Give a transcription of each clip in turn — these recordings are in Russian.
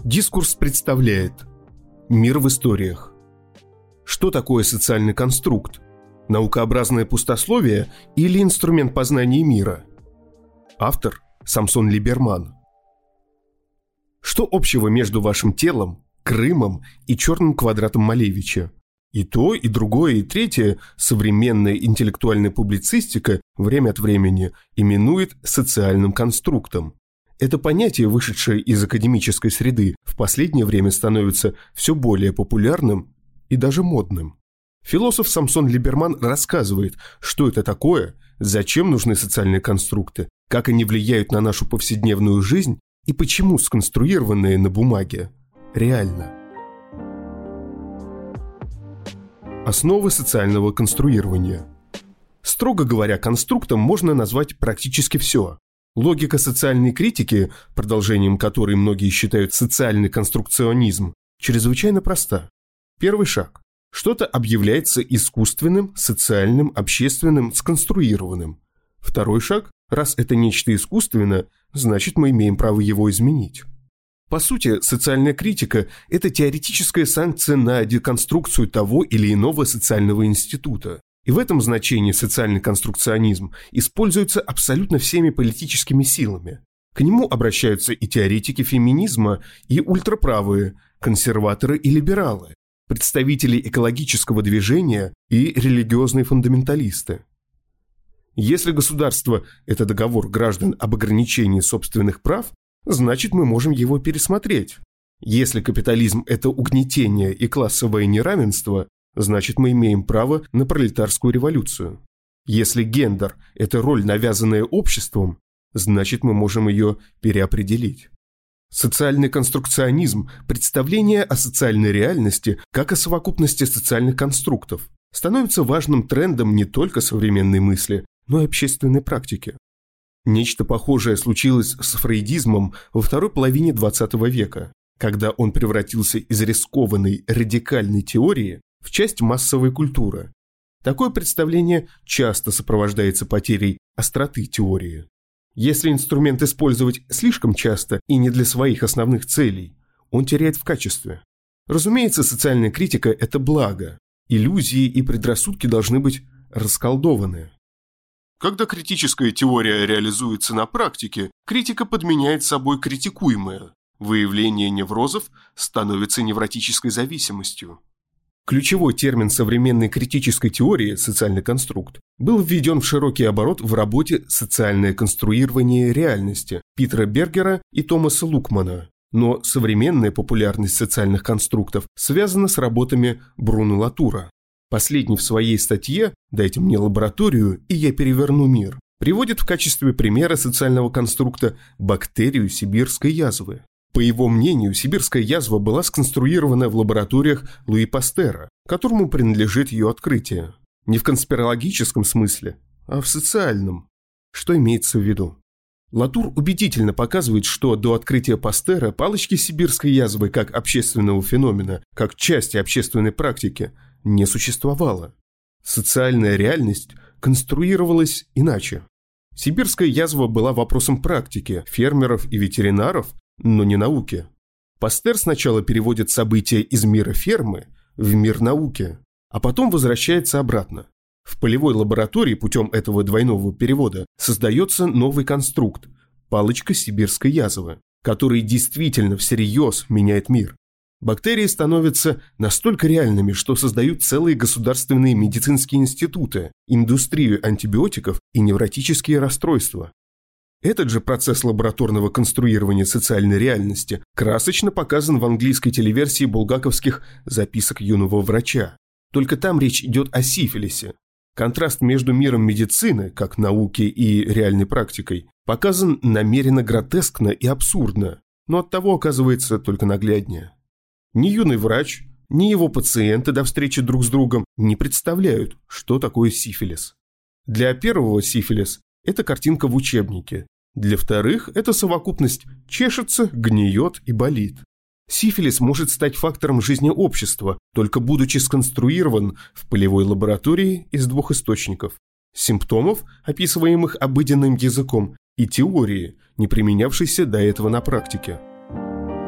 Дискурс представляет мир в историях. Что такое социальный конструкт? Наукообразное пустословие или инструмент познания мира? Автор Самсон Либерман. Что общего между вашим телом, Крымом и черным квадратом Малевича? И то, и другое, и третье современная интеллектуальная публицистика время от времени именует социальным конструктом. Это понятие, вышедшее из академической среды, в последнее время становится все более популярным и даже модным. Философ Самсон Либерман рассказывает, что это такое, зачем нужны социальные конструкты, как они влияют на нашу повседневную жизнь и почему сконструированные на бумаге реально. Основы социального конструирования. Строго говоря, конструктом можно назвать практически все. Логика социальной критики, продолжением которой многие считают социальный конструкционизм, чрезвычайно проста. Первый шаг. Что-то объявляется искусственным, социальным, общественным, сконструированным. Второй шаг. Раз это нечто искусственно, значит мы имеем право его изменить. По сути, социальная критика – это теоретическая санкция на деконструкцию того или иного социального института. И в этом значении социальный конструкционизм используется абсолютно всеми политическими силами. К нему обращаются и теоретики феминизма, и ультраправые, консерваторы и либералы, представители экологического движения и религиозные фундаменталисты. Если государство – это договор граждан об ограничении собственных прав, значит мы можем его пересмотреть. Если капитализм – это угнетение и классовое неравенство, значит мы имеем право на пролетарскую революцию. Если гендер – это роль, навязанная обществом, значит мы можем ее переопределить. Социальный конструкционизм – представление о социальной реальности как о совокупности социальных конструктов, становится важным трендом не только современной мысли, но и общественной практики. Нечто похожее случилось с фрейдизмом во второй половине XX века, когда он превратился из рискованной радикальной теории в часть массовой культуры. Такое представление часто сопровождается потерей остроты теории. Если инструмент использовать слишком часто и не для своих основных целей, он теряет в качестве. Разумеется, социальная критика – это благо. Иллюзии и предрассудки должны быть расколдованы. Когда критическая теория реализуется на практике, критика подменяет собой критикуемое. Выявление неврозов становится невротической зависимостью. Ключевой термин современной критической теории «социальный конструкт» был введен в широкий оборот в работе «Социальное конструирование реальности» Питера Бергера и Томаса Лукмана. Но современная популярность социальных конструктов связана с работами Бруно Латура. Последний в своей статье «Дайте мне лабораторию, и я переверну мир» приводит в качестве примера социального конструкта бактерию сибирской язвы. По его мнению, сибирская язва была сконструирована в лабораториях Луи Пастера, которому принадлежит ее открытие. Не в конспирологическом смысле, а в социальном. Что имеется в виду? Латур убедительно показывает, что до открытия Пастера палочки сибирской язвы как общественного феномена, как части общественной практики, не существовало. Социальная реальность конструировалась иначе. Сибирская язва была вопросом практики, фермеров и ветеринаров, но не науки. Пастер сначала переводит события из мира фермы в мир науки, а потом возвращается обратно. В полевой лаборатории путем этого двойного перевода создается новый конструкт – палочка сибирской язвы, который действительно всерьез меняет мир. Бактерии становятся настолько реальными, что создают целые государственные медицинские институты, индустрию антибиотиков и невротические расстройства. Этот же процесс лабораторного конструирования социальной реальности красочно показан в английской телеверсии булгаковских «Записок юного врача». Только там речь идет о сифилисе. Контраст между миром медицины, как науки, и реальной практикой показан намеренно гротескно и абсурдно, но оттого оказывается только нагляднее. Ни юный врач, ни его пациенты до встречи друг с другом не представляют, что такое сифилис. Для первого сифилис – это картинка в учебнике. Для вторых – это совокупность чешется, гниет и болит. Сифилис может стать фактором жизни общества, только будучи сконструирован в полевой лаборатории из двух источников – симптомов, описываемых обыденным языком, и теории, не применявшейся до этого на практике.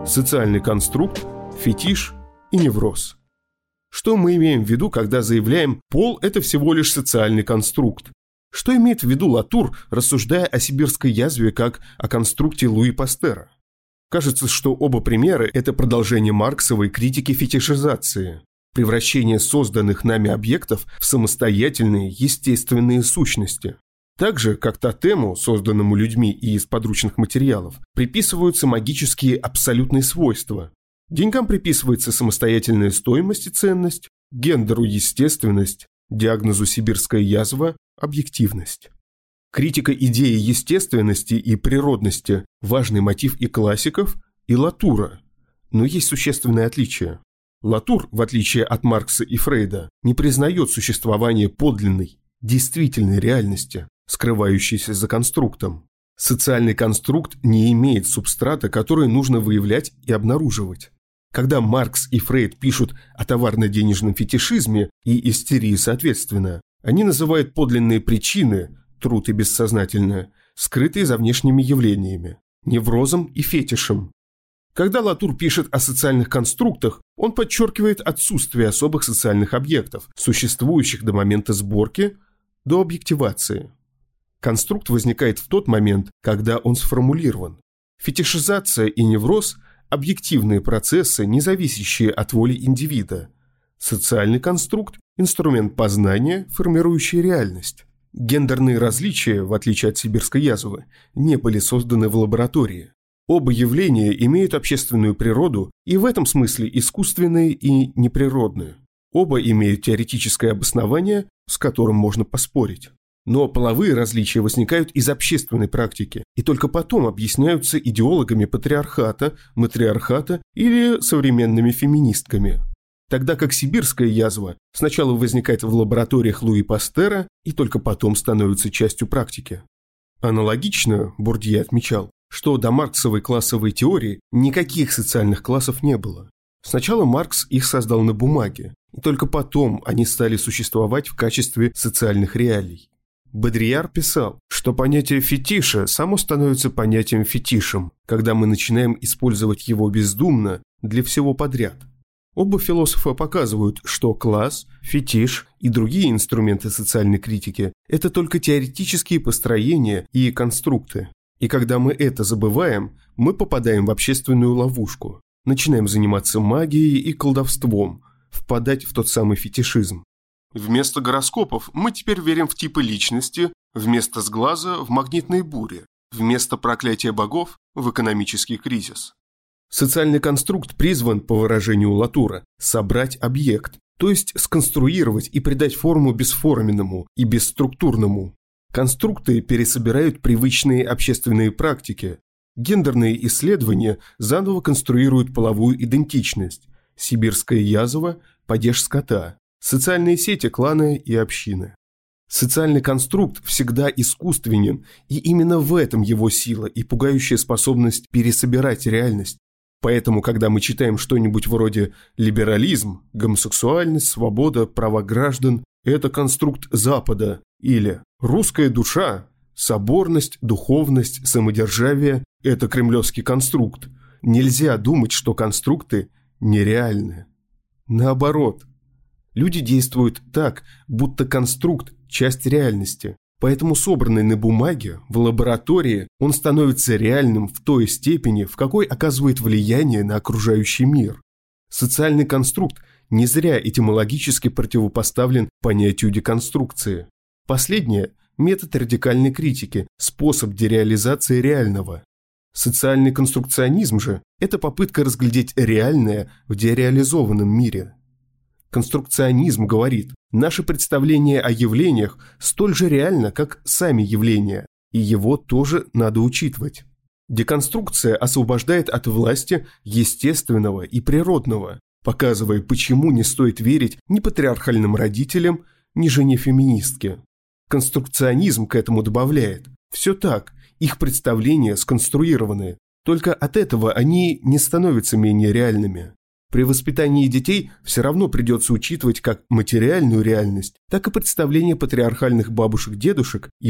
социальный конструкт, фетиш и невроз. Что мы имеем в виду, когда заявляем «пол – это всего лишь социальный конструкт»? Что имеет в виду Латур, рассуждая о сибирской язве как о конструкте Луи Пастера? Кажется, что оба примера – это продолжение марксовой критики фетишизации, превращение созданных нами объектов в самостоятельные естественные сущности. Так же, как тотему, созданному людьми и из подручных материалов, приписываются магические абсолютные свойства. Деньгам приписывается самостоятельная стоимость и ценность, гендеру – естественность, диагнозу сибирская язва – объективность. Критика идеи естественности и природности – важный мотив и классиков, и Латура. Но есть существенное отличие. Латур, в отличие от Маркса и Фрейда, не признает существование подлинной, действительной реальности, скрывающейся за конструктом. Социальный конструкт не имеет субстрата, который нужно выявлять и обнаруживать. Когда Маркс и Фрейд пишут о товарно-денежном фетишизме и истерии соответственно, они называют подлинные причины, труд и бессознательное, скрытые за внешними явлениями, неврозом и фетишем. Когда Латур пишет о социальных конструктах, он подчеркивает отсутствие особых социальных объектов, существующих до момента сборки, до объективации. Конструкт возникает в тот момент, когда он сформулирован. Фетишизация и невроз – объективные процессы, не зависящие от воли индивида. Социальный конструкт – инструмент познания, формирующий реальность. Гендерные различия, в отличие от сибирской язвы, не были созданы в лаборатории. Оба явления имеют общественную природу и в этом смысле искусственные и неприродные. Оба имеют теоретическое обоснование, с которым можно поспорить. Но половые различия возникают из общественной практики и только потом объясняются идеологами патриархата, матриархата или современными феминистками. Тогда как сибирская язва сначала возникает в лабораториях Луи Пастера и только потом становится частью практики. Аналогично, Бурдье отмечал, что до марксовой классовой теории никаких социальных классов не было. Сначала Маркс их создал на бумаге, и только потом они стали существовать в качестве социальных реалий. Бодрияр писал, что понятие фетиша само становится понятием фетишем, когда мы начинаем использовать его бездумно для всего подряд. Оба философа показывают, что класс, фетиш и другие инструменты социальной критики – это только теоретические построения и конструкты. И когда мы это забываем, мы попадаем в общественную ловушку, начинаем заниматься магией и колдовством, впадать в тот самый фетишизм. Вместо гороскопов мы теперь верим в типы личности, вместо сглаза – в магнитные бури, вместо проклятия богов – в экономический кризис. Социальный конструкт призван, по выражению Латура, собрать объект, то есть сконструировать и придать форму бесформенному и бесструктурному. Конструкты пересобирают привычные общественные практики. Гендерные исследования заново конструируют половую идентичность, сибирская язва – падеж скота, социальные сети клана и общины. Социальный конструкт всегда искусственен, и именно в этом его сила и пугающая способность пересобирать реальность. Поэтому, когда мы читаем что-нибудь вроде «либерализм», «гомосексуальность», «свобода», «права граждан» – это конструкт Запада, или «русская душа», «соборность», «духовность», «самодержавие» – это кремлевский конструкт. Нельзя думать, что конструкты нереальны. Наоборот. Люди действуют так, будто конструкт – часть реальности. Поэтому собранный на бумаге, в лаборатории, он становится реальным в той степени, в какой оказывает влияние на окружающий мир. Социальный конструкт не зря этимологически противопоставлен понятию деконструкции. Последнее – метод радикальной критики, способ дереализации реального. Социальный конструкционизм же – это попытка разглядеть реальное в дереализованном мире. Конструкционизм говорит, наше представление о явлениях столь же реально, как сами явления, и его тоже надо учитывать. Деконструкция освобождает от власти естественного и природного, показывая, почему не стоит верить ни патриархальным родителям, ни жене-феминистке. Конструкционизм к этому добавляет. Все так, их представления сконструированы, только от этого они не становятся менее реальными. При воспитании детей все равно придется учитывать как материальную реальность, так и представления патриархальных бабушек-дедушек и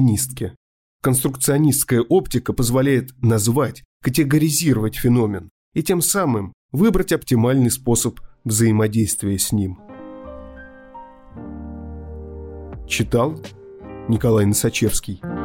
жены-феминистки. Конструкционистская оптика позволяет назвать, категоризировать феномен и тем самым выбрать оптимальный способ взаимодействия с ним. Читал Николай Носачевский.